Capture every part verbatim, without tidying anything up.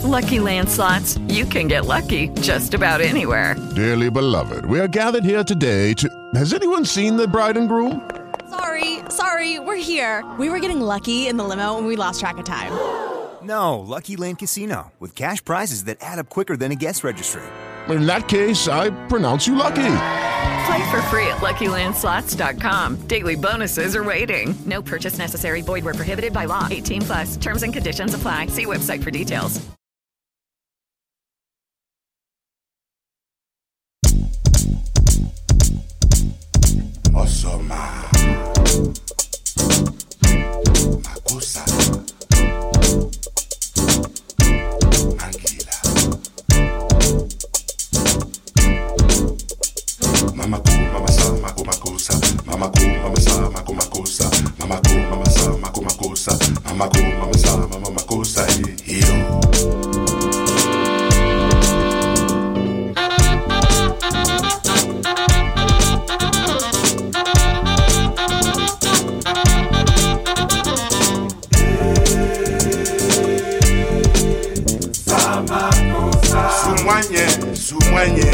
Lucky Land Slots, you can get lucky just about anywhere. Dearly beloved, we are gathered here today to... Has anyone seen the bride and groom? Sorry, sorry, we're here. We were getting lucky in the limo and we lost track of time. No, Lucky Land Casino, with cash prizes that add up quicker than a guest registry. In that case, I pronounce you lucky. Play for free at Lucky Land Slots dot com. Daily bonuses are waiting. No purchase necessary. Void where prohibited by law. eighteen plus. Terms and conditions apply. See website for details. Osoma Makusa Mangila Mama ku mama sa maku makusa Mama ku mama sa maku makusa Mama ku mama sa maku makusa Mama ku mama sa mama makusa Iyo Sumwanye, sumwanye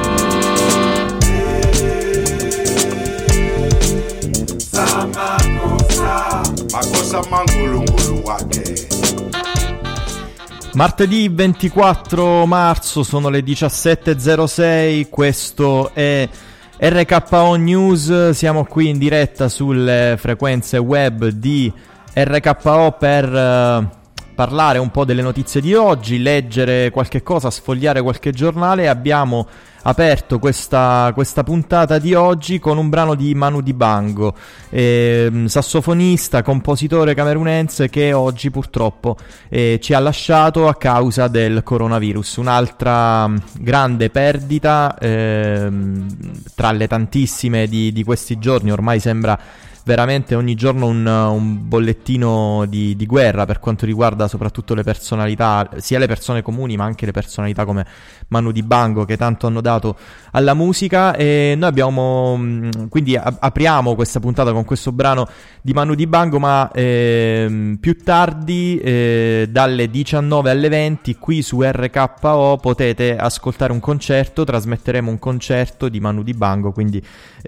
Samakosa Makosa mangulungulu wake. Martedì ventiquattro marzo, sono le diciassette e zero sei, questo è R K O News, siamo qui in diretta sulle frequenze web di R K O per uh, parlare un po' delle notizie di oggi, leggere qualche cosa, sfogliare qualche giornale. Abbiamo aperto questa, questa puntata di oggi con un brano di Manu Dibango, eh, sassofonista, compositore camerunense che oggi purtroppo eh, ci ha lasciato a causa del coronavirus. Un'altra grande perdita eh, tra le tantissime di, di questi giorni. Ormai sembra veramente ogni giorno un, un bollettino di, di guerra per quanto riguarda soprattutto le personalità, sia le persone comuni ma anche le personalità come Manu Dibango, che tanto hanno dato alla musica. E noi abbiamo quindi a- apriamo questa puntata con questo brano di Manu Dibango, ma eh, più tardi eh, dalle diciannove alle venti qui su R K O potete ascoltare un concerto, trasmetteremo un concerto di Manu Dibango, quindi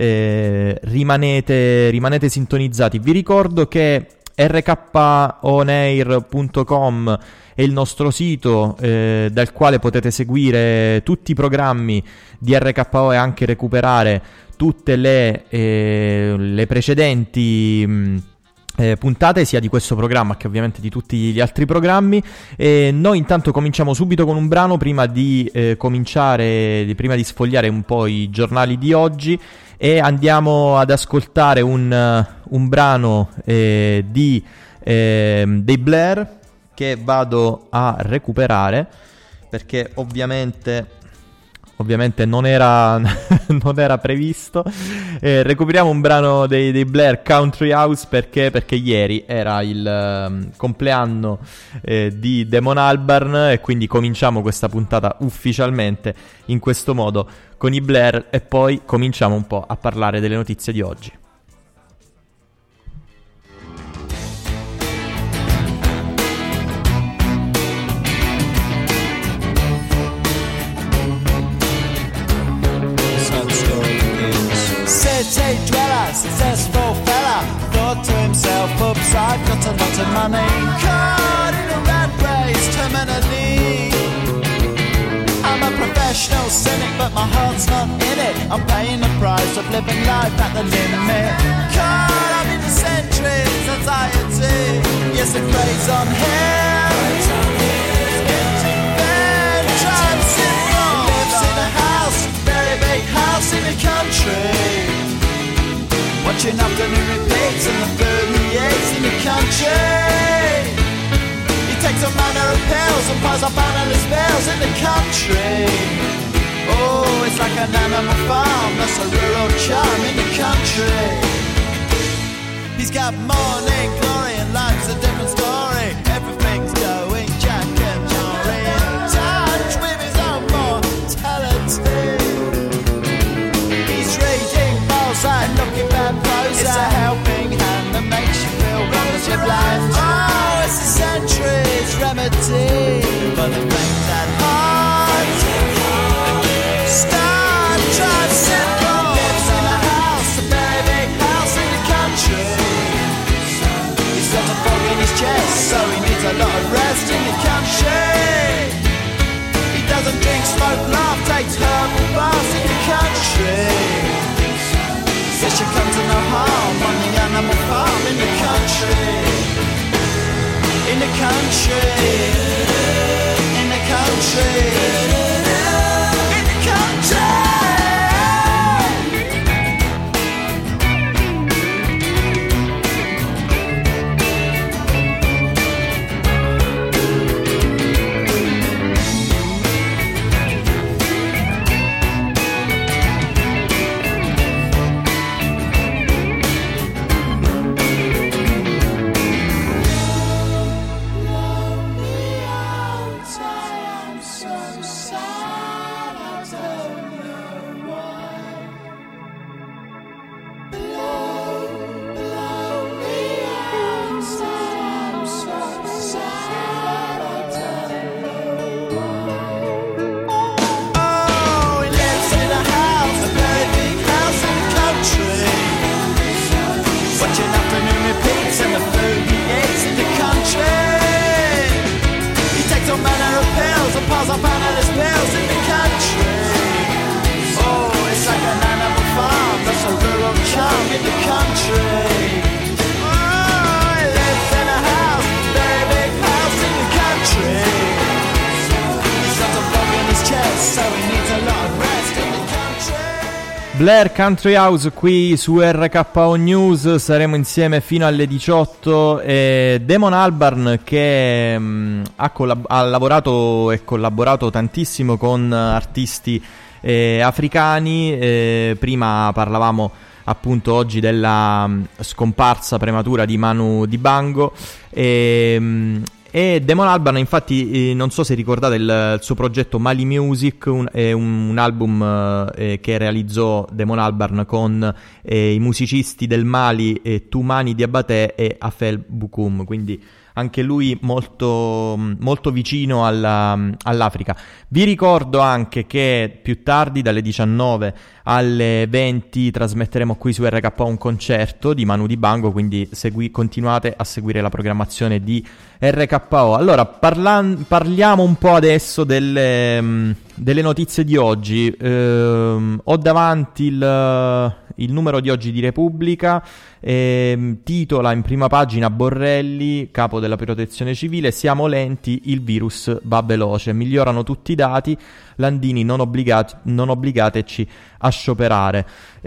eh, rimanete rimanete sintonizzati. Vi ricordo che r k on air punto com è il nostro sito eh, dal quale potete seguire tutti i programmi di R K O e anche recuperare tutte le, eh, le precedenti mh, eh, puntate sia di questo programma che ovviamente di tutti gli altri programmi. E noi intanto cominciamo subito con un brano prima di eh, cominciare, di, prima di sfogliare un po' i giornali di oggi, e andiamo ad ascoltare un, uh, un brano eh, di, eh, dei Blair, che vado a recuperare perché ovviamente ovviamente non era non era previsto. Eh, recuperiamo un brano dei, dei Blair, Country House, perché perché ieri era il um, compleanno eh, di Damon Albarn, e quindi cominciamo questa puntata ufficialmente in questo modo con i Blair, e poi cominciamo un po' a parlare delle notizie di oggi. City dweller, successful fella, thought to himself, oops, I've got a lot of money. Caught in a rat race, terminally. I'm a professional cynic, but my heart's not in it. I'm paying the price of living life at the limit. Caught up in the centuries, anxiety. Yes, it preys on him. Empty bed, drives him wrong. Lives in a house, very big house in the country. Watching afternoon repeats and the food he eats in the country. He takes a manner of pills and piles up analyst bills in the country. Oh, it's like an animal farm, that's a rural charm in the country. He's got morning glory and life's a different story. Everything's going Jack and Jory, in touch with his own mortality. He's reading Balzac, looking bad prose. It's a helping hand that makes you feel wonderfully blind. Oh, it's a century's remedy for the folk laugh, takes herbal baths in the country. Says she comes to no harm on the animal farm in the country. In the country. In the country. In the country. Blair Country House qui su R K O News, saremo insieme fino alle diciotto. E Damon Albarn che mh, ha, collab- ha lavorato e collaborato tantissimo con artisti eh, africani. Eh, prima parlavamo appunto oggi della mh, scomparsa prematura di Manu Dibango e... Mh, E Damon Albarn, infatti, eh, non so se ricordate il, il suo progetto Mali Music, un, è un, un album eh, che realizzò Damon Albarn con eh, i musicisti del Mali, eh, Toumani Diabaté e Afel Boukoum, quindi anche lui molto, molto vicino alla, all'Africa. Vi ricordo anche che più tardi, dalle diciannove alle venti, trasmetteremo qui su R K O un concerto di Manu Dibango, quindi segui, continuate a seguire la programmazione di R K O. Allora, parlan- parliamo un po' adesso delle, mh, delle notizie di oggi. Ehm, ho davanti il, il numero di oggi di Repubblica. Ehm, titola in prima pagina Borrelli, capo della protezione civile: siamo lenti, il virus va veloce, migliorano tutti i dati, Landini non, obbligati, non obbligateci a scioperare.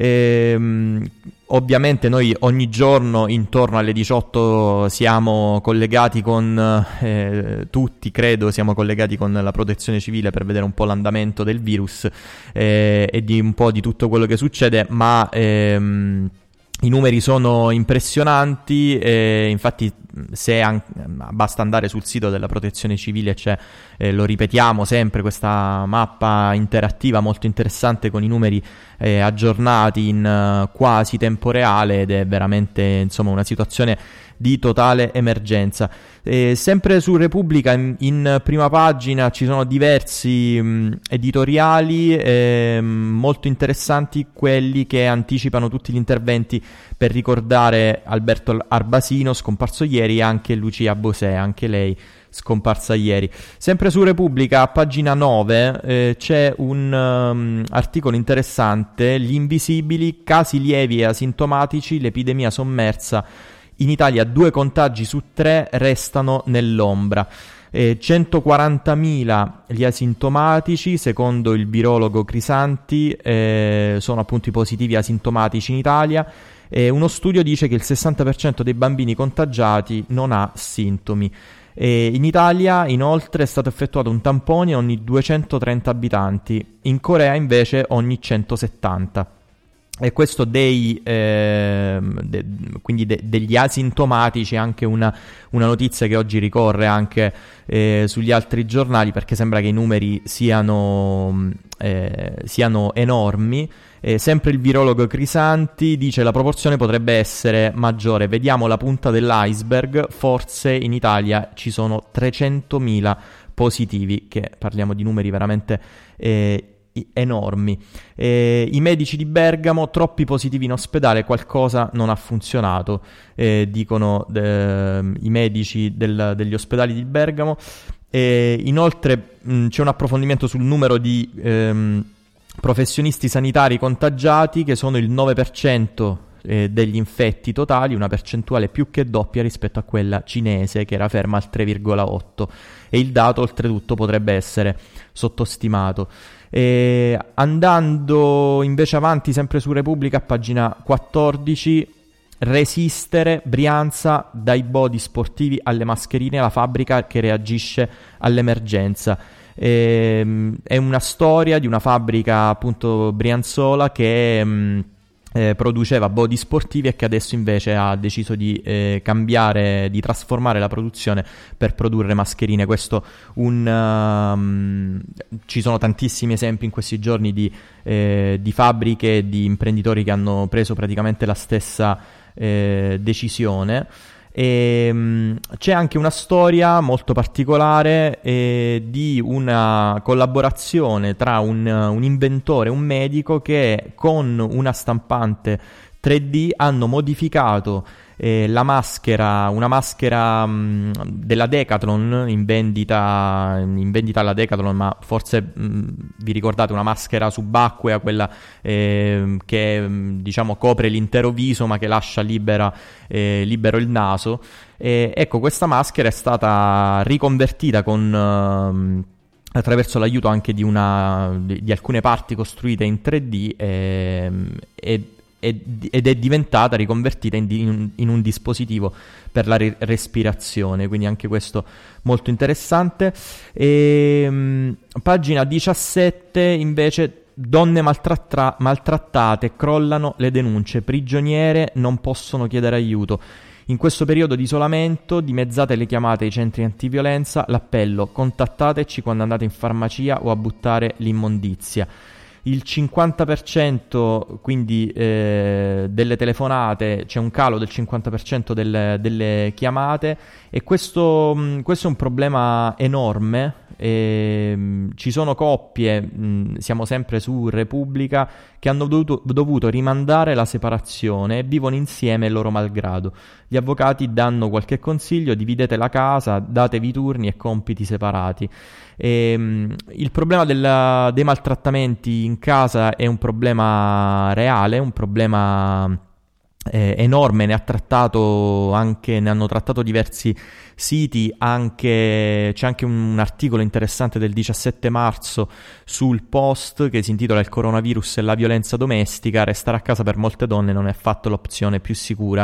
Ehm, ovviamente noi ogni giorno intorno alle diciotto siamo collegati con eh, tutti, credo, siamo collegati con la protezione civile per vedere un po' l'andamento del virus eh, e di un po' di tutto quello che succede, ma ehm, i numeri sono impressionanti, e infatti se an- basta andare sul sito della Protezione Civile, c'è, eh, lo ripetiamo sempre, questa mappa interattiva molto interessante con i numeri eh, aggiornati in uh, quasi tempo reale, ed è veramente, insomma, una situazione di totale emergenza. Eh, sempre su Repubblica in, in prima pagina ci sono diversi mh, editoriali eh, molto interessanti, quelli che anticipano tutti gli interventi per ricordare Alberto Arbasino, scomparso ieri, e anche Lucia Bosè, anche lei scomparsa ieri. Sempre su Repubblica, a pagina nove, eh, c'è un um, articolo interessante: gli invisibili, casi lievi e asintomatici, l'epidemia sommersa. In Italia due contagi su tre restano nell'ombra. Eh, centoquarantamila gli asintomatici, secondo il virologo Crisanti, eh, sono appunto i positivi asintomatici in Italia. Eh, uno studio dice che il sessanta per cento dei bambini contagiati non ha sintomi. Eh, in Italia, inoltre, è stato effettuato un tampone ogni duecentotrenta abitanti, in Corea invece ogni centosettanta. E questo dei eh, de, quindi de, degli asintomatici, anche una, una notizia che oggi ricorre anche eh, sugli altri giornali, perché sembra che i numeri siano, eh, siano enormi. Eh, sempre il virologo Crisanti dice: la proporzione potrebbe essere maggiore, vediamo la punta dell'iceberg, forse in Italia ci sono trecentomila positivi, che parliamo di numeri veramente eh, enormi. Eh, i medici di Bergamo, troppi positivi in ospedale, qualcosa non ha funzionato, eh, dicono de, i medici del, degli ospedali di Bergamo. E inoltre mh, c'è un approfondimento sul numero di ehm, professionisti sanitari contagiati, che sono il nove per cento eh, degli infetti totali, una percentuale più che doppia rispetto a quella cinese, che era ferma al tre virgola otto, e il dato oltretutto potrebbe essere sottostimato. E andando invece avanti sempre su Repubblica, a pagina quattordici, resistere, Brianza, dai body sportivi alle mascherine, la fabbrica che reagisce all'emergenza. E, è una storia di una fabbrica appunto brianzola che mh, eh, produceva body sportivi e che adesso invece ha deciso di eh, cambiare, di trasformare la produzione per produrre mascherine. Questo un um, ci sono tantissimi esempi in questi giorni di, eh, di fabbriche e di imprenditori che hanno preso praticamente la stessa eh, decisione. E, mh, c'è anche una storia molto particolare eh, di una collaborazione tra un, un inventore e un medico che con una stampante tre D hanno modificato eh, la maschera, una maschera mh, della Decathlon in vendita, in vendita alla Decathlon, ma forse mh, vi ricordate una maschera subacquea, quella eh, che mh, diciamo copre l'intero viso ma che lascia libera, eh, libero il naso. E, ecco, questa maschera è stata riconvertita con... Uh, attraverso l'aiuto anche di, una, di, di alcune parti costruite in tre D e, e, ed è diventata riconvertita in, in, in un dispositivo per la ri- respirazione, quindi anche questo molto interessante. E, mh, pagina diciassette invece, donne maltratta- maltrattate, crollano le denunce, prigioniere non possono chiedere aiuto. In questo periodo di isolamento, dimezzate le chiamate ai centri antiviolenza, l'appello: contattateci quando andate in farmacia o a buttare l'immondizia. Il cinquanta per cento quindi eh, delle telefonate, c'è un calo del cinquanta per cento delle, delle chiamate, e questo, mh, questo è un problema enorme. E, mh, ci sono coppie, mh, siamo sempre su Repubblica, che hanno dovuto, dovuto rimandare la separazione e vivono insieme loro malgrado. Gli avvocati danno qualche consiglio: dividete la casa, datevi turni e compiti separati. E, mh, il problema della, dei maltrattamenti in casa è un problema reale, un problema eh, enorme. Ne ha trattato anche, ne hanno trattato diversi siti, anche c'è anche un articolo interessante del diciassette marzo sul Post che si intitola "Il coronavirus e la violenza domestica, restare a casa per molte donne non è affatto l'opzione più sicura".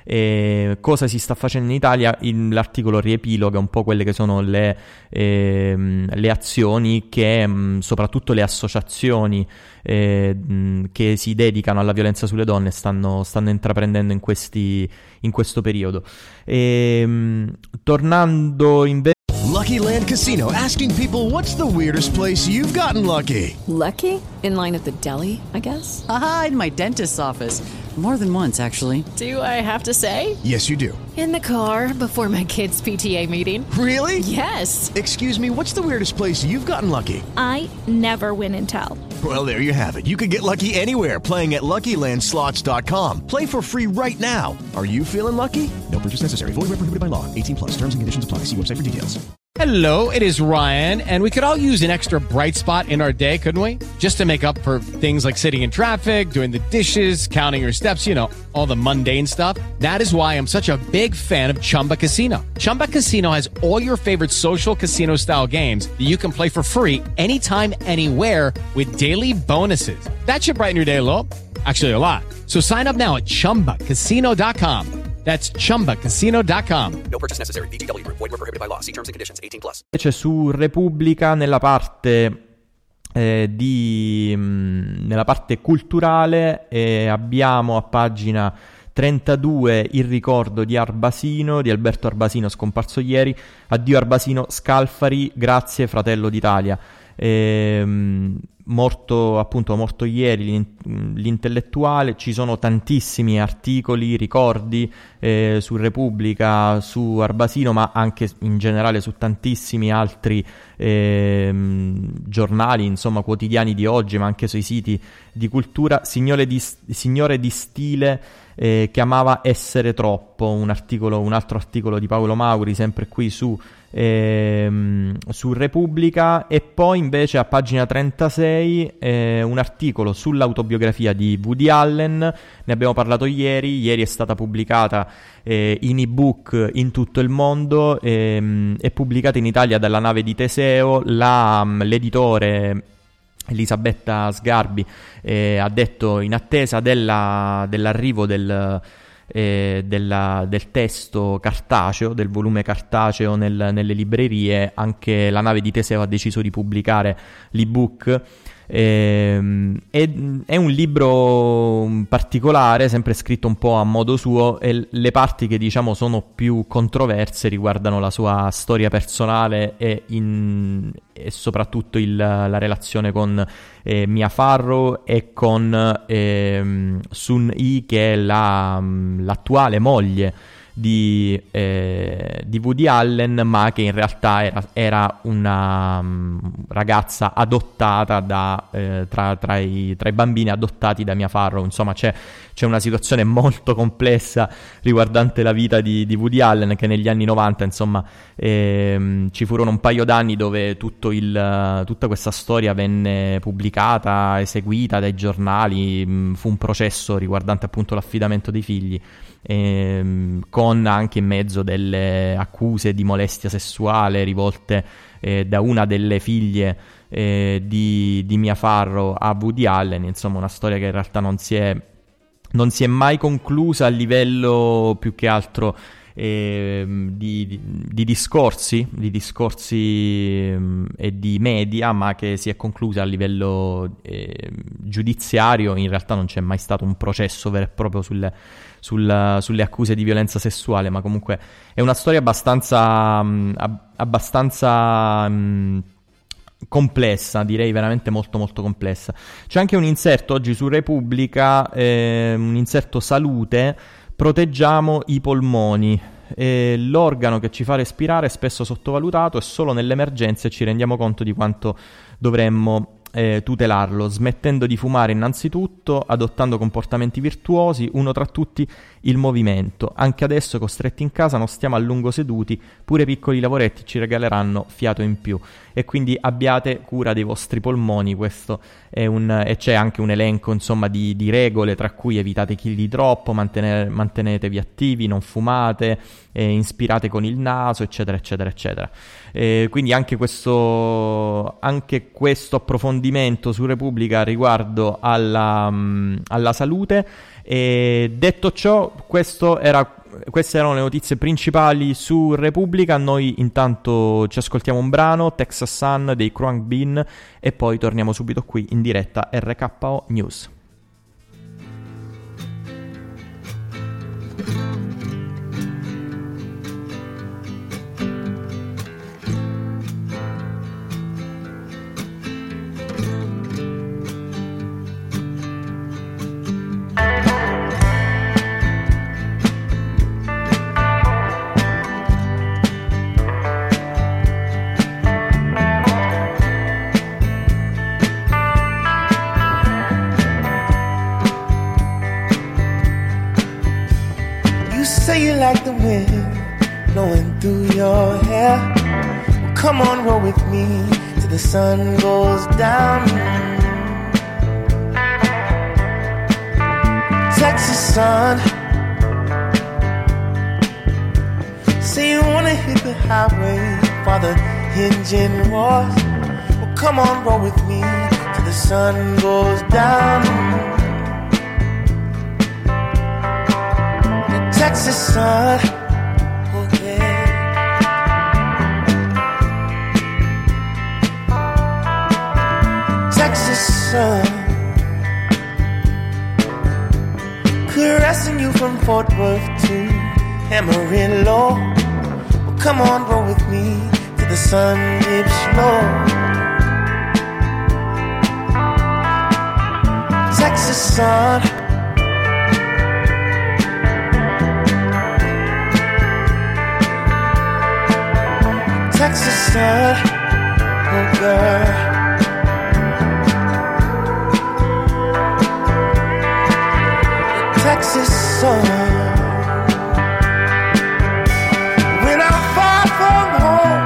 E cosa si sta facendo in Italia? In, l'articolo riepiloga un po' quelle che sono le, eh, le azioni che mh, soprattutto le associazioni eh, mh, che si dedicano alla violenza sulle donne stanno, stanno intraprendendo in questi in questo periodo. E, mh, tornando invece Lucky Land Casino, asking people, what's the weirdest place you've gotten lucky? Lucky? In line at the deli, I guess? Aha, in my dentist's office. More than once, actually. Do I have to say? Yes, you do. In the car before my kids' P T A meeting. Really? Yes. Excuse me, what's the weirdest place you've gotten lucky? I never win and tell. Well, there you have it. You can get lucky anywhere, playing at Lucky Land Slots dot com. Play for free right now. Are you feeling lucky? No purchase necessary. Void where prohibited by law. eighteen plus. Terms and conditions apply. See website for details. Hello, it is Ryan, and we could all use an extra bright spot in our day, couldn't we? Just to make up for things like sitting in traffic, doing the dishes, counting your steps, you know, all the mundane stuff. That is why I'm such a big fan of Chumba Casino. Chumba Casino has all your favorite social casino-style games that you can play for free anytime, anywhere with daily bonuses. That should brighten your day a little. Actually, a lot. So sign up now at chumba casino dot com. That's chumba casino dot com. No purchase necessary. V G W Group. Void where prohibited by law. See terms and conditions. eighteen plus. Invece su Repubblica, nella parte eh, di mh, nella parte culturale eh, abbiamo a pagina trentadue il ricordo di Arbasino, di Alberto Arbasino, scomparso ieri. Addio Arbasino, Scalfari, grazie fratello d'Italia. E, morto appunto morto ieri l'intellettuale. Ci sono tantissimi articoli, ricordi eh, su Repubblica, su Arbasino, ma anche in generale su tantissimi altri eh, giornali, insomma quotidiani di oggi, ma anche sui siti di cultura. Signore di, signore di stile eh, che amava essere troppo, un articolo, un altro articolo di Paolo Mauri, sempre qui su ehm, su Repubblica, e poi invece a pagina trentasei eh, un articolo sull'autobiografia di Woody Allen. Ne abbiamo parlato ieri, ieri è stata pubblicata eh, in ebook in tutto il mondo, ehm, è pubblicata in Italia dalla Nave di Teseo. La, l'editore Elisabetta Sgarbi eh, ha detto: in attesa della, dell'arrivo del, eh, della, del testo cartaceo, del volume cartaceo nel, nelle librerie, anche la Nave di Teseo ha deciso di pubblicare l'ebook. Ehm, è, è un libro particolare, sempre scritto un po' a modo suo, e le parti che diciamo sono più controverse riguardano la sua storia personale e, in, e soprattutto il, la relazione con eh, Mia Farrow e con eh, Sun Yi, che è la, l'attuale moglie di, eh, di Woody Allen, ma che in realtà era, era una um, ragazza adottata da, eh, tra, tra, i, tra i bambini adottati da Mia Farrow. Insomma, c'è, c'è una situazione molto complessa riguardante la vita di, di Woody Allen, che negli anni novanta, insomma, ehm, ci furono un paio d'anni dove tutto il, tutta questa storia venne pubblicata, eseguita dai giornali. Mh, fu un processo riguardante appunto l'affidamento dei figli, ehm, con anche in mezzo delle accuse di molestia sessuale rivolte eh, da una delle figlie eh, di, di Mia Farrow a Woody Allen. Insomma, una storia che in realtà non si è, non si è mai conclusa a livello più che altro eh, di, di, di discorsi, di discorsi eh, e di media, ma che si è conclusa a livello eh, giudiziario. In realtà non c'è mai stato un processo vero e proprio sulle Sulla, sulle accuse di violenza sessuale, ma comunque è una storia abbastanza mh, ab- abbastanza mh, complessa, direi veramente molto molto complessa. C'è anche un inserto oggi su Repubblica, eh, un inserto salute: proteggiamo i polmoni. Eh, l'organo che ci fa respirare è spesso sottovalutato e solo nelle emergenze ci rendiamo conto di quanto dovremmo Eh, tutelarlo, smettendo di fumare innanzitutto, adottando comportamenti virtuosi, uno tra tutti il movimento. Anche adesso, costretti in casa, non stiamo a lungo seduti, pure piccoli lavoretti ci regaleranno fiato in più. E quindi abbiate cura dei vostri polmoni. Questo è un, e c'è anche un elenco, insomma, di, di regole, tra cui evitate chili di troppo, mantenere, mantenetevi attivi, non fumate, eh, inspirate con il naso, eccetera eccetera eccetera. Eh, quindi anche questo, anche questo approfondimento su Repubblica riguardo alla, um, alla salute. E detto ciò, questo era, queste erano le notizie principali su Repubblica. Noi intanto ci ascoltiamo un brano, Texas Sun dei Krunk Bean, e poi torniamo subito qui in diretta R K O News. Like the wind blowing through your hair. Well, come on, roll with me till the sun goes down. Texas sun, say you wanna hit the highway while the engine roars. Well, come on, roll with me till the sun goes down. Texas sun, oh yeah. Texas sun, caressing you from Fort Worth to Amarillo. Well, come on, roll with me till the sun dips low. Texas sun, Texas sun, oh girl. Texas sun. When I'm far from home,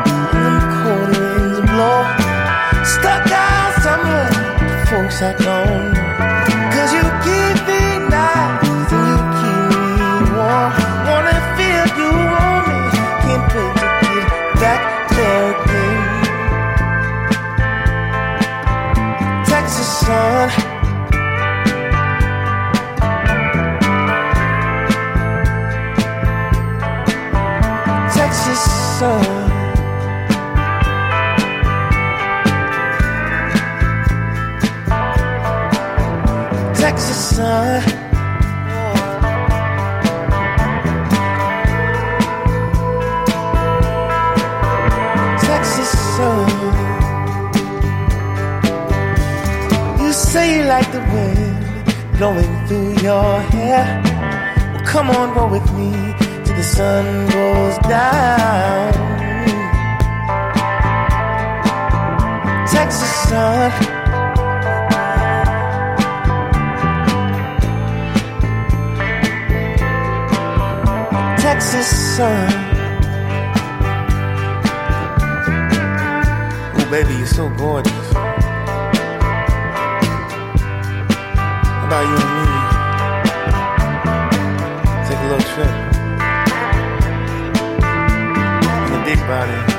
guess I don't know. Cause you keep me nice and you keep me warm. Wanna feel you on me, can't wait to get back there again. Texas sun, Texas sun. Texas sun, Texas sun. You say you like the wind blowing through your hair. Well, come on, roll with me till the sun goes down. Texas sun. Texas sun. Oh, baby, you're so gorgeous. How about you and me? Take a little trip in the big body.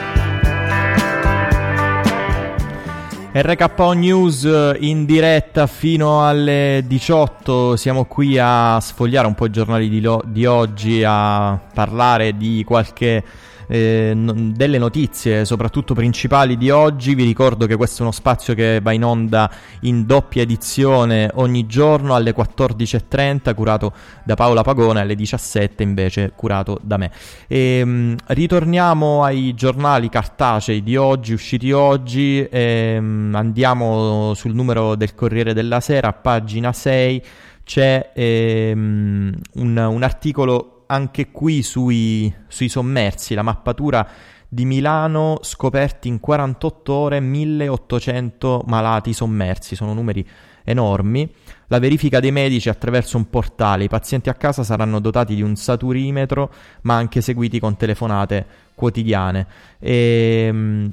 R K O News in diretta fino alle diciotto, siamo qui a sfogliare un po' i giornali di, lo- di oggi, a parlare di qualche eh, n- delle notizie soprattutto principali di oggi. Vi ricordo che questo è uno spazio che va in onda in doppia edizione ogni giorno alle quattordici e trenta, curato da Paola Pagone, alle diciassette invece curato da me. E, mh, ritorniamo ai giornali cartacei di oggi, usciti oggi. E, mh, andiamo sul numero del Corriere della Sera, a pagina sei c'è ehm, un, un articolo anche qui sui, sui sommersi, la mappatura di Milano, scoperti in quarantotto ore milleottocento malati sommersi, sono numeri enormi. La verifica dei medici attraverso un portale, i pazienti a casa saranno dotati di un saturimetro ma anche seguiti con telefonate quotidiane. E,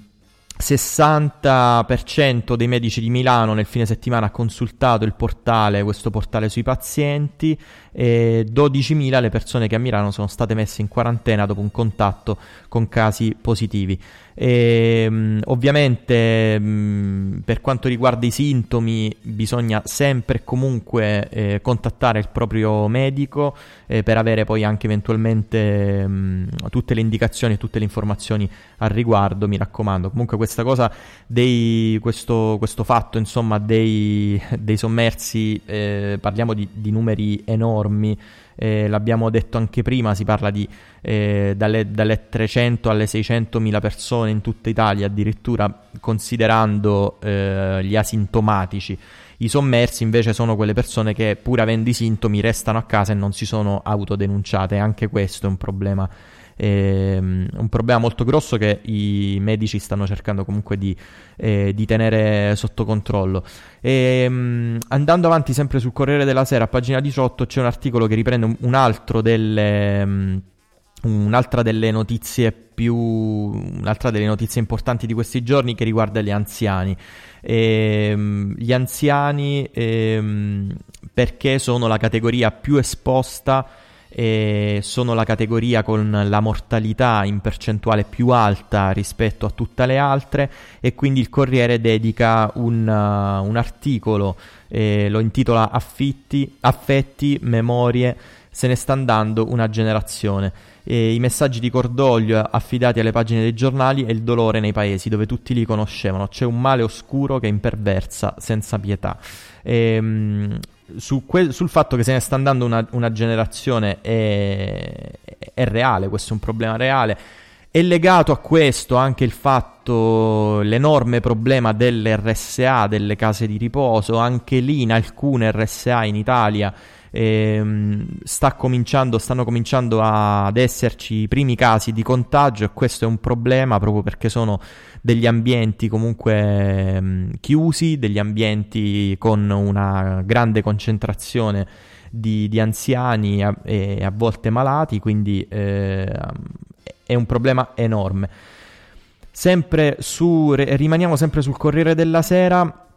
sessanta per cento dei medici di Milano nel fine settimana ha consultato il portale, questo portale sui pazienti, e dodicimila le persone che a Milano sono state messe in quarantena dopo un contatto con casi positivi. E, mh, ovviamente mh, per quanto riguarda i sintomi bisogna sempre e comunque eh, contattare il proprio medico eh, per avere poi anche eventualmente mh, tutte le indicazioni e tutte le informazioni al riguardo, mi raccomando. Comunque questa cosa dei questo, questo fatto insomma dei, dei sommersi, eh, parliamo di, di numeri enormi. Eh, l'abbiamo detto anche prima, si parla di eh, dalle, dalle trecento alle seicentomila persone in tutta Italia, addirittura considerando eh, gli asintomatici. I sommersi invece sono quelle persone che pur avendo i sintomi restano a casa e non si sono autodenunciate. Anche questo è un problema ehm, un problema molto grosso che i medici stanno cercando comunque di, eh, di tenere sotto controllo. E, um, andando avanti sempre sul Corriere della Sera, a pagina diciotto c'è un articolo che riprende un, un altro delle um, un'altra delle notizie più un'altra delle notizie importanti di questi giorni, che riguarda gli anziani. E, um, gli anziani ehm, perché sono la categoria più esposta e sono la categoria con la mortalità in percentuale più alta rispetto a tutte le altre, e quindi il Corriere dedica un, uh, un articolo, eh, lo intitola Affitti, Affetti, Memorie, se ne sta andando una generazione. E i messaggi di cordoglio affidati alle pagine dei giornali e il dolore nei paesi dove tutti li conoscevano. C'è un male oscuro che imperversa senza pietà. E, mh, Su que- sul fatto che se ne sta andando una, una generazione è, è reale, questo è un problema reale. È legato a questo anche il fatto, l'enorme problema dell'R S A, delle case di riposo. Anche lì in alcune R S A in Italia ehm, sta cominciando, stanno cominciando a, ad esserci i primi casi di contagio, e questo è un problema proprio perché sono degli ambienti comunque mh, chiusi, degli ambienti con una grande concentrazione di, di anziani a, e a volte malati, quindi eh, è un problema enorme. Sempre su, rimaniamo sempre sul Corriere della Sera.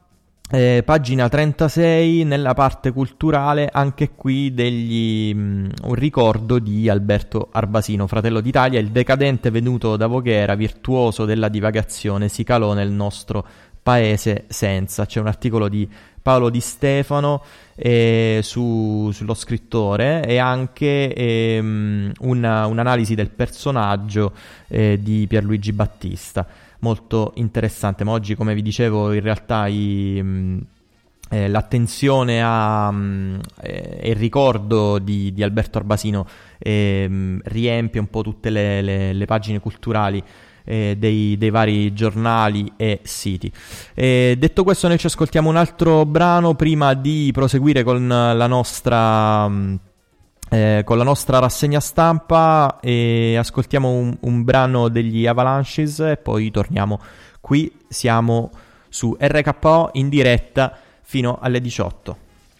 Eh, pagina trentasei, nella parte culturale, anche qui degli, mh, un ricordo di Alberto Arbasino, Fratello d'Italia, il decadente venuto da Voghera, virtuoso della divagazione, si calò nel nostro paese senza. C'è un articolo di Paolo Di Stefano eh, su, sullo scrittore, e anche ehm, una, un'analisi del personaggio eh, di Pierluigi Battista, molto interessante. Ma oggi, come vi dicevo, in realtà i, mh, eh, l'attenzione a, mh, eh, e il ricordo di, di Alberto Arbasino eh, mh, riempie un po' tutte le, le, le pagine culturali eh, dei, dei vari giornali e siti. E detto questo, noi ci ascoltiamo un altro brano prima di proseguire con la nostra... Mh, Eh, con la nostra rassegna stampa, e ascoltiamo un, un brano degli Avalanches e poi torniamo qui. Siamo su R K O in diretta fino alle diciotto.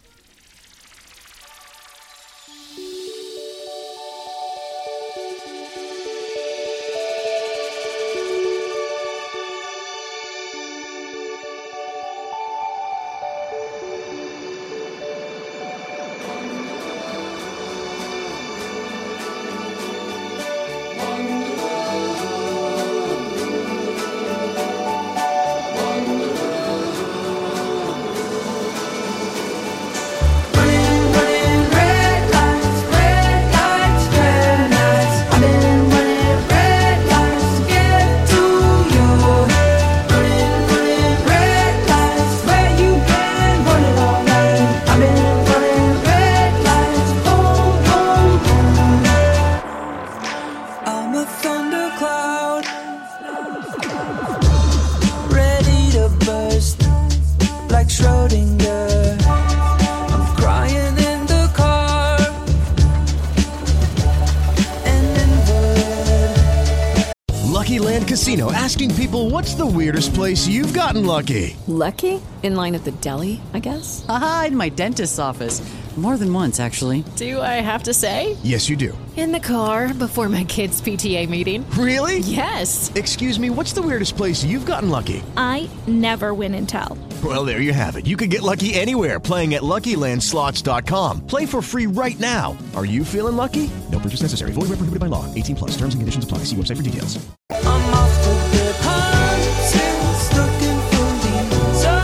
Casino, asking people, what's the weirdest place you've gotten lucky? Lucky? In line at the deli, I guess? Aha, in my dentist's office. More than once, actually. Do I have to say? Yes, you do. In the car before my kids' P T A meeting. Really? Yes. Excuse me, what's the weirdest place you've gotten lucky? I never win and tell. Well, there you have it. You can get lucky anywhere, playing at Lucky Land Slots dot com. Play for free right now. Are you feeling lucky? No purchase necessary. Void where prohibited by law. eighteen plus. Terms and conditions apply. See website for details. I'm off the good hunters, looking for Lisa,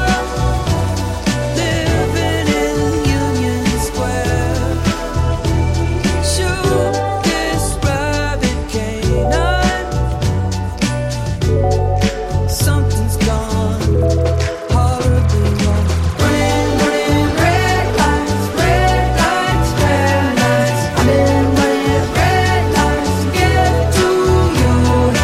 living in Union Square. Shoot this rabbit canine, something's gone horribly wrong. Running, running, red lights, red lights, red lights. I've been running red lights to get to you.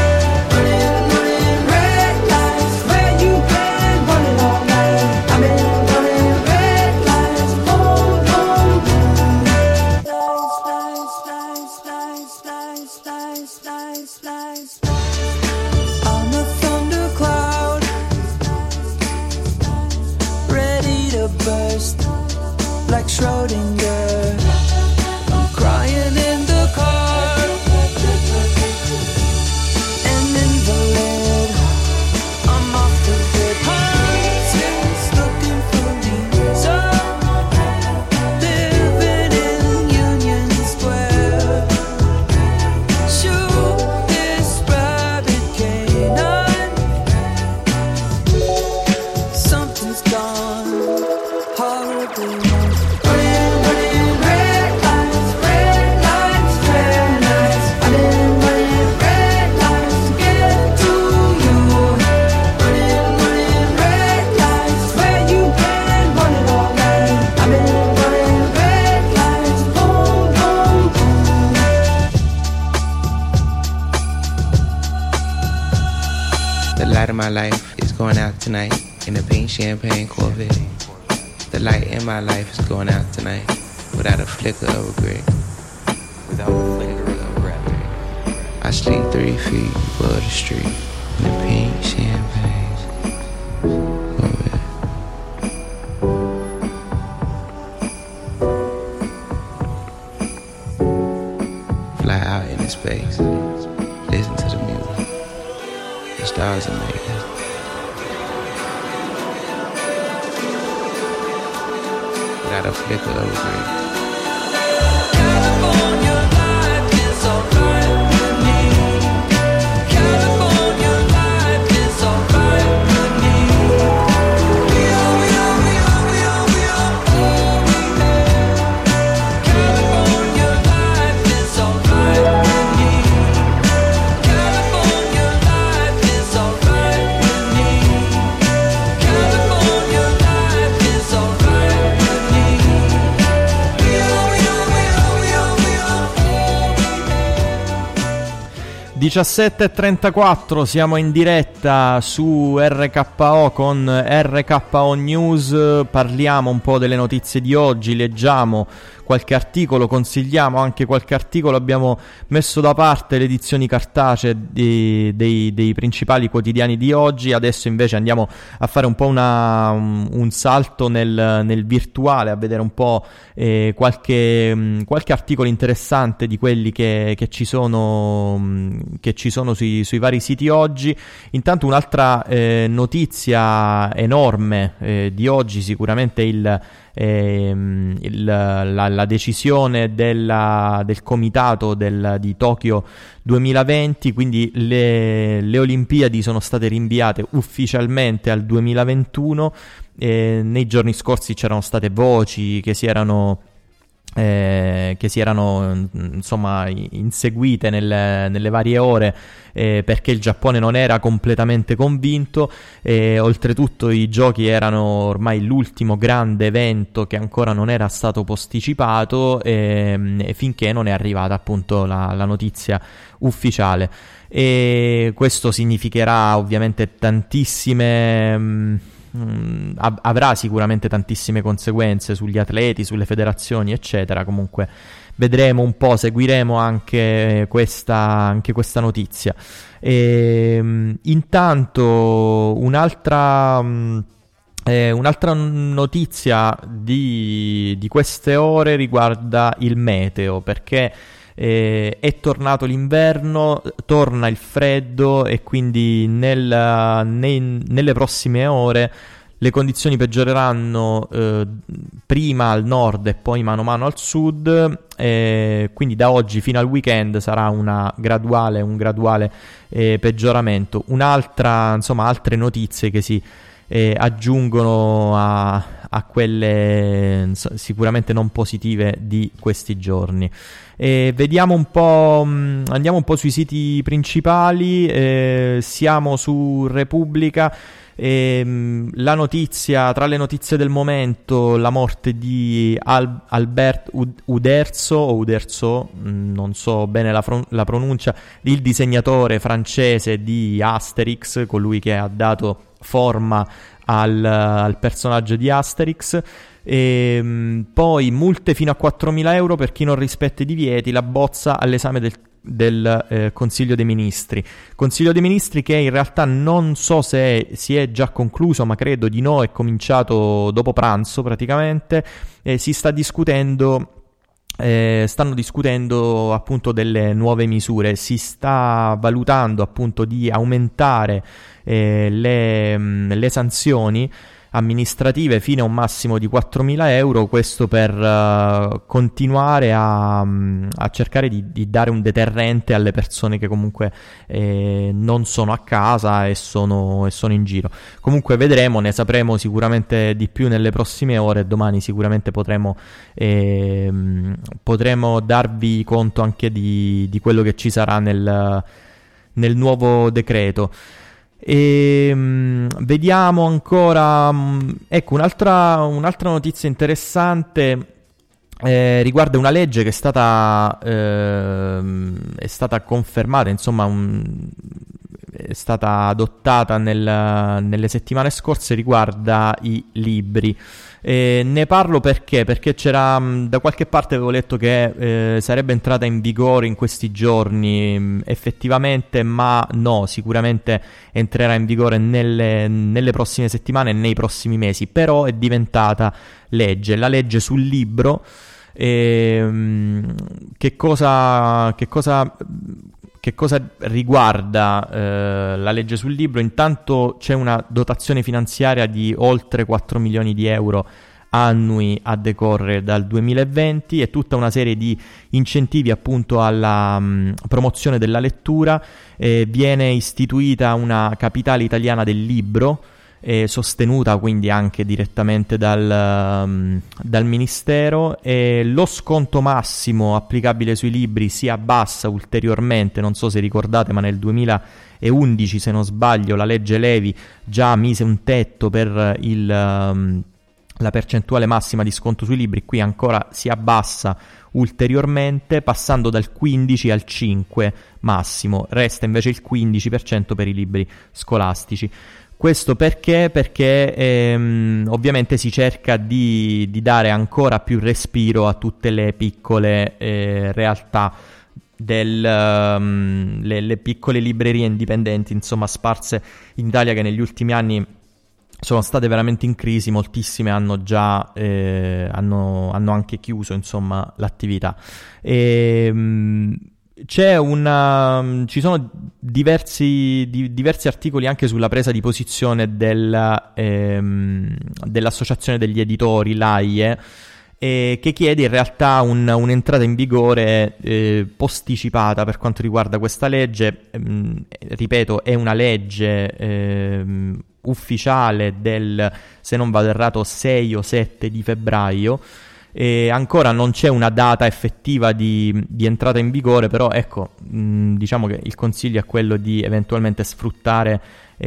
Like Schrodinger, I'm crying in the car, an invalid. I'm off the good hunters, looking for Lisa, living in Union Square. Shoot this rabbit canine, something's gone horribly wrong. The light of my life is going out tonight in a pink champagne Corvette. The light in my life is going out tonight without a flicker of regret. Without a flicker of regret. I sleep three feet above the street in a pink champagne Corvette. Fly out into space, listen to the music. The stars are making. without a flicker of regret. diciassette e trentaquattro, siamo in diretta su R K O con R K O News, parliamo un po' delle notizie di oggi, leggiamo qualche articolo, consigliamo anche qualche articolo, abbiamo messo da parte le edizioni cartacee dei, dei, dei principali quotidiani di oggi, adesso invece andiamo a fare un po' una, un, un salto nel, nel virtuale, a vedere un po' eh, qualche, qualche articolo interessante di quelli che, che ci sono, che ci sono sui, sui vari siti oggi. Intanto un'altra eh, notizia enorme eh, di oggi, sicuramente il ehm, il, la, la decisione della, del comitato del, di Tokyo duemilaventi, quindi le, le Olimpiadi sono state rinviate ufficialmente al duemilaventuno. Eh, nei giorni scorsi c'erano state voci che si erano Eh, che si erano insomma inseguite nelle, nelle varie ore eh, perché il Giappone non era completamente convinto e oltretutto i giochi erano ormai l'ultimo grande evento che ancora non era stato posticipato eh, finché non è arrivata appunto la, la notizia ufficiale, e questo significherà ovviamente tantissime mh, avrà sicuramente tantissime conseguenze sugli atleti, sulle federazioni eccetera. Comunque vedremo un po', seguiremo anche questa, anche questa notizia. E, intanto un'altra eh, un'altra notizia di, di queste ore riguarda il meteo, perché Eh, è tornato l'inverno, torna il freddo e quindi nel, nei, nelle prossime ore le condizioni peggioreranno eh, prima al nord e poi mano a mano al sud, eh, quindi da oggi fino al weekend sarà una graduale, un graduale eh, peggioramento. Un'altra, insomma, altre notizie che si eh, aggiungono a, a quelle sicuramente non positive di questi giorni. E vediamo un po', mh, andiamo un po' sui siti principali, eh, siamo su Repubblica. E, mh, la notizia, tra le notizie del momento, la morte di Al- Albert Ud- Uderzo o Uderzo, mh, non so bene la, fron- la pronuncia, il disegnatore francese di Asterix, colui che ha dato forma al, al personaggio di Asterix. E mh, poi multe fino a quattromila euro per chi non rispetta i divieti, la bozza all'esame del, del eh, Consiglio dei Ministri. Consiglio dei Ministri che in realtà non so se si è già concluso, ma credo di no, è cominciato dopo pranzo praticamente, e si sta discutendo Eh, stanno discutendo appunto delle nuove misure, si sta valutando appunto di aumentare eh, le, mh, le sanzioni amministrative fino a un massimo di quattromila euro, questo per uh, continuare a, a cercare di, di dare un deterrente alle persone che comunque eh, non sono a casa e sono, e sono in giro. Comunque vedremo, ne sapremo sicuramente di più nelle prossime ore, domani sicuramente potremo, eh, potremo darvi conto anche di, di quello che ci sarà nel, nel nuovo decreto. E mh, vediamo ancora, mh, ecco un'altra, un'altra notizia interessante eh, riguarda una legge che è stata eh, è stata confermata, insomma un, è stata adottata nel, nelle settimane scorse, riguarda i libri. Eh, ne parlo perché? Perché c'era, mh, da qualche parte avevo letto che eh, sarebbe entrata in vigore in questi giorni, mh, effettivamente, ma no, sicuramente entrerà in vigore nelle, nelle prossime settimane e nei prossimi mesi, però è diventata legge, la legge sul libro. Eh, mh, che cosa, che cosa Che cosa riguarda eh, la legge sul libro? Intanto c'è una dotazione finanziaria di oltre quattro milioni di euro annui a decorrere dal duemilaventi, e tutta una serie di incentivi appunto alla mh, promozione della lettura. Eh, viene istituita una capitale italiana del libro, eh, sostenuta quindi anche direttamente dal, um, dal Ministero, e lo sconto massimo applicabile sui libri si abbassa ulteriormente. Non so se ricordate, ma nel duemilaundici, se non sbaglio, la legge Levi già mise un tetto per il, um, la percentuale massima di sconto sui libri. Qui ancora si abbassa ulteriormente, passando dal quindici al cinque massimo, resta invece il quindici per cento per i libri scolastici. Questo perché? Perché ehm, ovviamente si cerca di, di dare ancora più respiro a tutte le piccole eh, realtà, del, um, le, le piccole librerie indipendenti, insomma, sparse in Italia, che negli ultimi anni sono state veramente in crisi. Moltissime hanno già eh, hanno, hanno anche chiuso, insomma, l'attività. E, um, c'è una ci sono diversi di, diversi articoli anche sulla presa di posizione della, ehm, dell'associazione degli editori, l'A I E, eh, che chiede in realtà un, un'entrata in vigore eh, posticipata per quanto riguarda questa legge. Ehm, ripeto, è una legge ehm, ufficiale del, se non vado errato, sei o sette di febbraio. E ancora non c'è una data effettiva di, di entrata in vigore, però ecco, mh, diciamo che il consiglio è quello di eventualmente sfruttare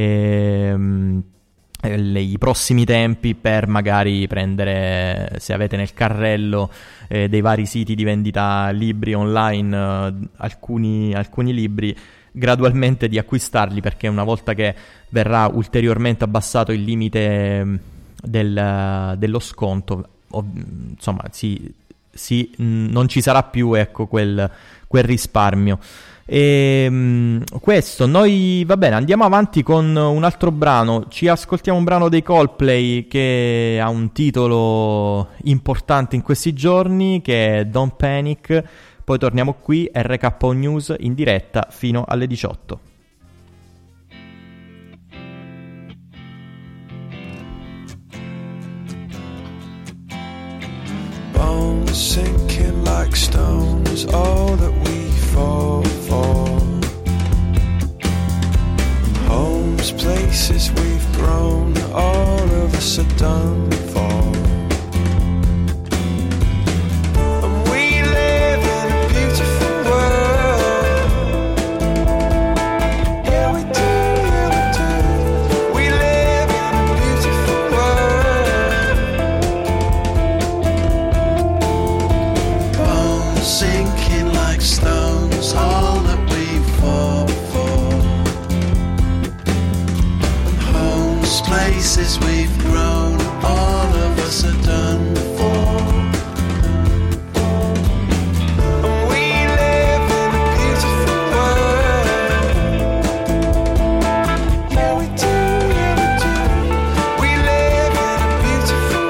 ehm, le, i prossimi tempi per magari prendere, se avete nel carrello eh, dei vari siti di vendita libri online, eh, alcuni, alcuni libri, gradualmente di acquistarli, perché una volta che verrà ulteriormente abbassato il limite del, dello sconto, insomma, si, si, non ci sarà più, ecco, quel, quel risparmio. E mh, questo, noi va bene, andiamo avanti con un altro brano. Ci ascoltiamo un brano dei Coldplay che ha un titolo importante in questi giorni, che è Don't Panic. Poi torniamo qui, R K O News in diretta fino alle diciotto. Bones sinking like stones, all that we fall for. Homes, places we've grown, all of us are done for. And we live in a beautiful world. Yeah, we do, yeah, we do. We live in a beautiful world. Bones sinking like stones, all that we fall for. And homes, places we've grown, all of us are done for. And we live in a beautiful world. Yeah, we do, yeah, we do. We live in a beautiful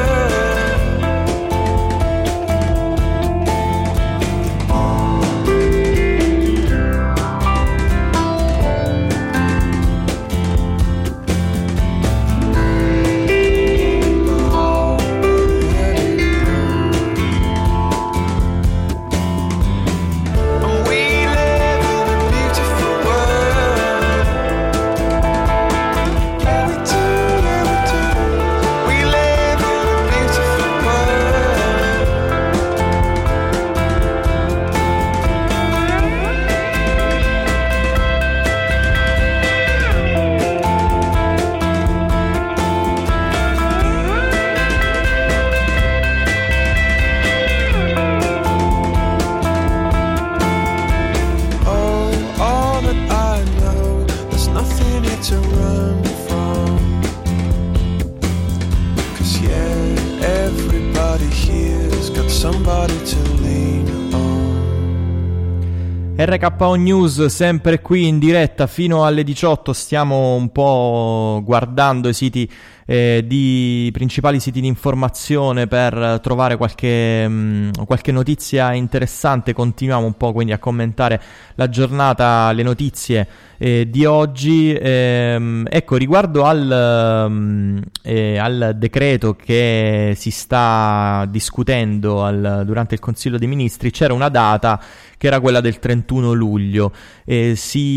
R K O News sempre qui in diretta fino alle diciotto. Stiamo un po' guardando i siti eh, di principali siti di informazione per trovare qualche, mh, qualche notizia interessante. Continuiamo un po' quindi a commentare la giornata, le notizie eh, di oggi. Ehm, ecco, riguardo al, um, eh, al decreto che si sta discutendo al, durante il Consiglio dei Ministri, c'era una data che era quella del trentuno luglio. Eh,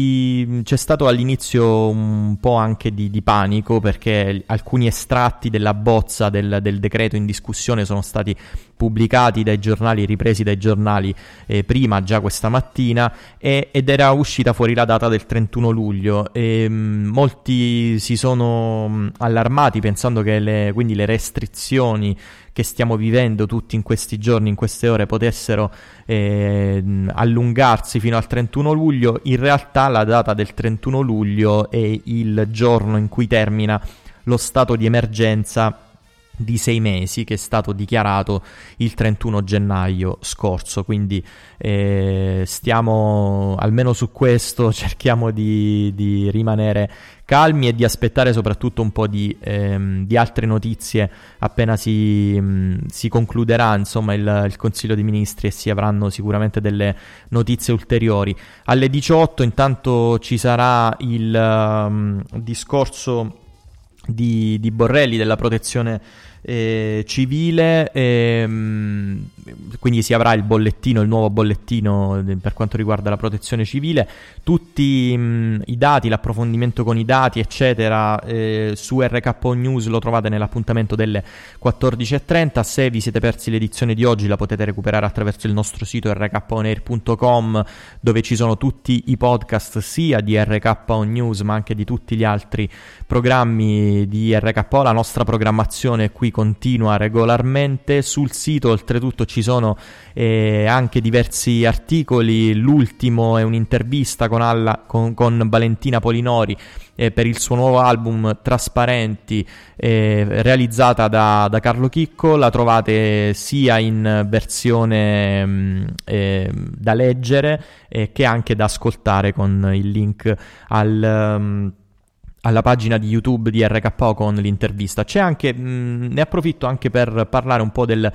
si, c'è stato all'inizio un po' anche di, di panico, perché alcuni estratti della bozza del, del decreto in discussione sono stati pubblicati dai giornali, ripresi dai giornali eh, prima, già questa mattina, e, ed era uscita fuori la data del trentuno luglio. E, mh, molti si sono mh, allarmati pensando che le, quindi le restrizioni che stiamo vivendo tutti in questi giorni, in queste ore, potessero eh, allungarsi fino al trentuno luglio. In realtà la data del trentuno luglio è il giorno in cui termina lo stato di emergenza di sei mesi, che è stato dichiarato il trentuno gennaio scorso. Quindi eh, stiamo, almeno su questo, cerchiamo di, di rimanere calmi e di aspettare soprattutto un po' di, ehm, di altre notizie appena si, mh, si concluderà insomma il, il Consiglio dei Ministri, e si avranno sicuramente delle notizie ulteriori. Alle diciotto intanto ci sarà il um, discorso di, di Borrelli della protezione eh, civile, ehm, quindi si avrà il bollettino, il nuovo bollettino per quanto riguarda la protezione civile. Tutti mh, i dati, l'approfondimento con i dati eccetera eh, su R K O News lo trovate nell'appuntamento delle quattordici e trenta. Se vi siete persi l'edizione di oggi la potete recuperare attraverso il nostro sito r k on air punto com, dove ci sono tutti i podcast sia di R K O News ma anche di tutti gli altri programmi di R K O. La nostra programmazione qui continua regolarmente. Sul sito oltretutto ci sono eh, anche diversi articoli. L'ultimo è un'intervista con, Alla, con, con Valentina Polinori eh, per il suo nuovo album Trasparenti, eh, realizzata da, da Carlo Chicco. La trovate sia in versione mh, eh, da leggere eh, che anche da ascoltare, con il link al... Um, alla pagina di YouTube di R K O con l'intervista. C'è anche, mh, ne approfitto anche per parlare un po' del,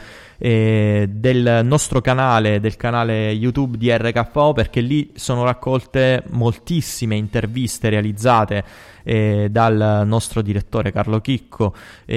eh, del nostro canale, del canale YouTube di R K O, perché lì sono raccolte moltissime interviste realizzate eh, dal nostro direttore Carlo Chicco.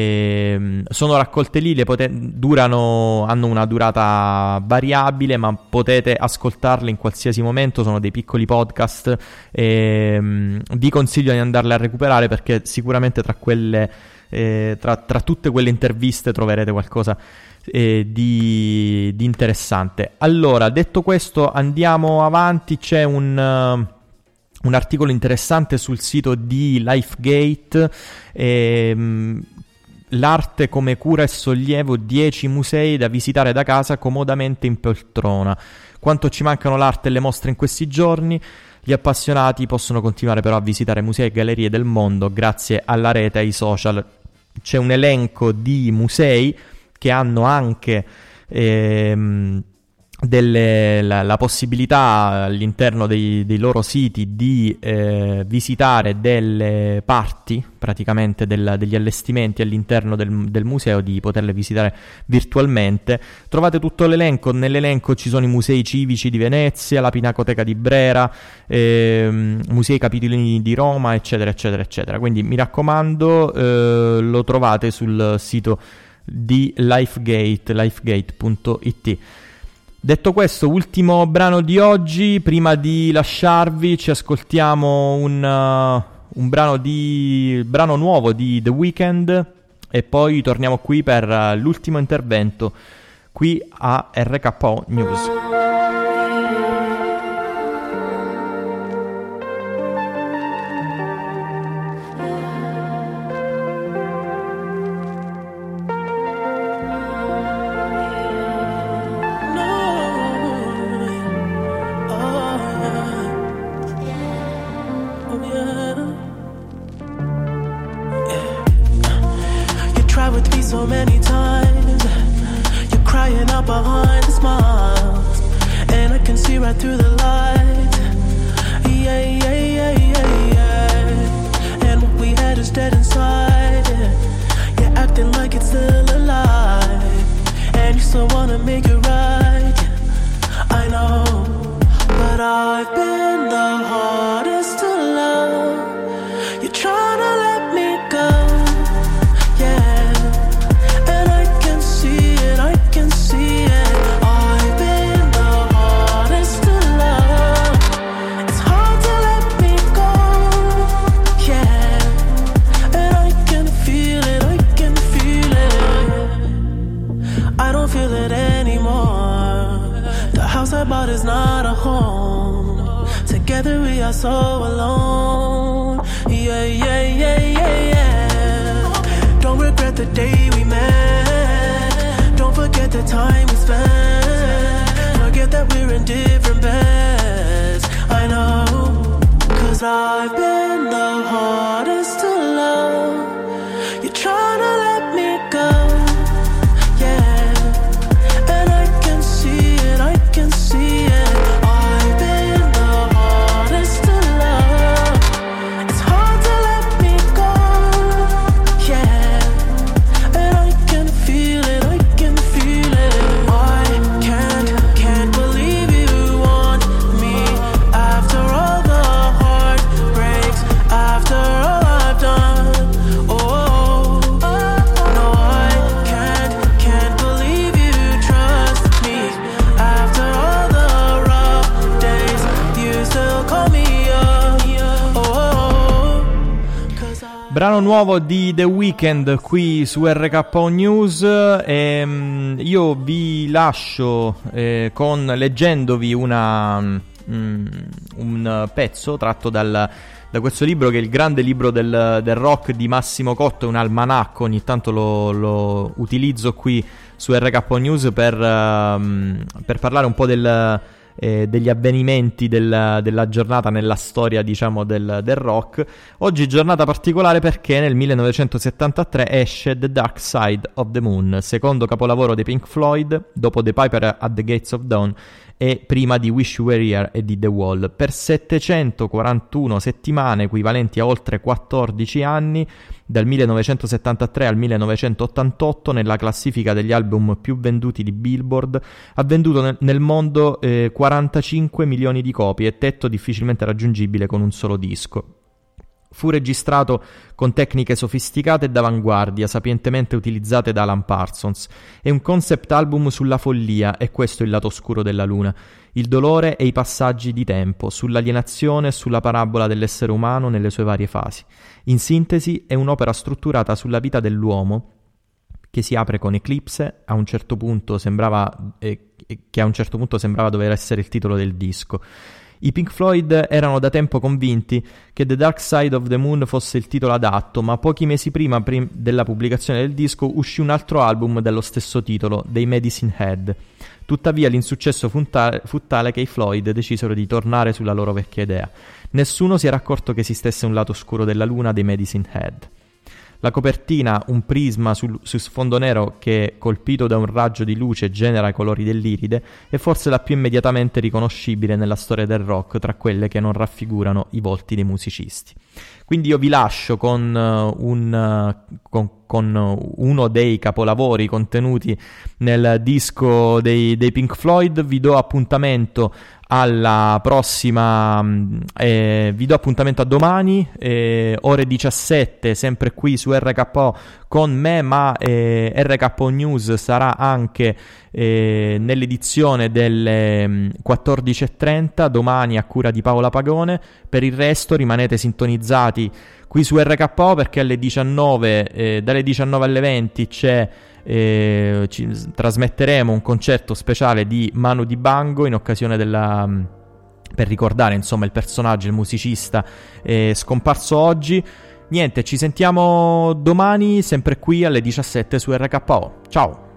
Eh, sono raccolte lì, le pote- durano, hanno una durata variabile, ma potete ascoltarle in qualsiasi momento. Sono dei piccoli podcast. Eh, vi consiglio di andarle a recuperare, perché sicuramente tra quelle eh, tra, tra tutte quelle interviste troverete qualcosa eh, di, di interessante. Allora, detto questo, andiamo avanti. C'è un uh, un articolo interessante sul sito di Lifegate, ehm, l'arte come cura e sollievo, dieci musei da visitare da casa comodamente in poltrona. Quanto ci mancano l'arte e le mostre in questi giorni. Gli appassionati possono continuare però a visitare musei e gallerie del mondo grazie alla rete e ai social. C'è un elenco di musei che hanno anche ehm, delle, la, la possibilità all'interno dei, dei loro siti di eh, visitare delle parti praticamente del, degli allestimenti all'interno del, del museo, di poterle visitare virtualmente. Trovate tutto l'elenco. Nell'elenco ci sono i musei civici di Venezia, la Pinacoteca di Brera, ehm, musei capitolini di Roma, eccetera eccetera eccetera. Quindi mi raccomando, eh, lo trovate sul sito di Lifegate, lifegate punto it. Detto questo, ultimo brano di oggi. Prima di lasciarvi ci ascoltiamo un, uh, un brano di brano nuovo di The Weeknd e poi torniamo qui per uh, l'ultimo intervento qui a R K O News. So many times you're crying out behind the smiles, and I can see right through the light. Yeah, yeah, yeah, yeah, yeah. And what we had is dead inside, yeah. felt so alone. Yeah, yeah, yeah, yeah, yeah. Don't regret the day we met. Don't forget the time we spent. Forget that we're in different beds. I know, cause I've been the hardest to love. You're trying to let me go. Yeah, and I can see it, I can see it. I've been the hardest to love. It's hard to let me go. Yeah, and I can feel it, I can feel it. I can't, can't believe you want me after all the heartbreaks, after all I've done. Oh, no, I can't, can't believe you trust me after all the rough days. You still call me up. Oh, Brano nuovo di The Weeknd qui su R K O News. E, mm, io vi lascio eh, con leggendovi una, mm, un pezzo tratto dal, da questo libro, che è il grande libro del, del rock di Massimo Cotto, è un almanacco, ogni tanto lo, lo utilizzo qui su R K O News per, um, per parlare un po' del... Eh, degli avvenimenti del, della giornata nella storia, diciamo, del, del rock. Oggi giornata particolare perché nel millenovecentosettantatré esce The Dark Side of the Moon, secondo capolavoro dei Pink Floyd, dopo The Piper at the Gates of Dawn e prima di Wish You Were Here e di The Wall. Per settecentoquarantuno settimane, equivalenti a oltre quattordici anni, dal millenovecentosettantatré al millenovecentottantotto, nella classifica degli album più venduti di Billboard, ha venduto nel, nel mondo eh, quarantacinque milioni di copie, tetto difficilmente raggiungibile con un solo disco. Fu registrato con tecniche sofisticate e d'avanguardia, sapientemente utilizzate da Alan Parsons. È un concept album sulla follia, e questo è il lato oscuro della luna. Il dolore e i passaggi di tempo, sull'alienazione e sulla parabola dell'essere umano nelle sue varie fasi. In sintesi, è un'opera strutturata sulla vita dell'uomo, che si apre con Eclipse, a un certo punto sembrava, eh, che a un certo punto sembrava dover essere il titolo del disco. I Pink Floyd erano da tempo convinti che The Dark Side of the Moon fosse il titolo adatto, ma pochi mesi prima prim- della pubblicazione del disco uscì un altro album dello stesso titolo, dei Medicine Head. Tuttavia l'insuccesso fu, ta- fu tale che i Floyd decisero di tornare sulla loro vecchia idea. Nessuno si era accorto che esistesse un lato oscuro della luna dei Medicine Head. La copertina, un prisma sul, su sfondo nero che, colpito da un raggio di luce, genera i colori dell'iride, è forse la più immediatamente riconoscibile nella storia del rock tra quelle che non raffigurano i volti dei musicisti. Quindi io vi lascio con, uh, un, uh, con, con uno dei capolavori contenuti nel disco dei, dei Pink Floyd. Vi do appuntamento alla prossima, eh, vi do appuntamento a domani, eh, ore diciassette, sempre qui su R K O con me, ma eh, R K O News sarà anche eh, nell'edizione delle quattordici e trenta domani a cura di Paola Pagone. Per il resto rimanete sintonizzati qui su R K O, perché alle diciannove, eh, dalle diciannove alle venti c'è Eh, ci, trasmetteremo un concerto speciale di Manu Dibango in occasione della per ricordare insomma il personaggio, il musicista eh, scomparso oggi. Niente, ci sentiamo domani sempre qui alle diciassette su R K O. Ciao.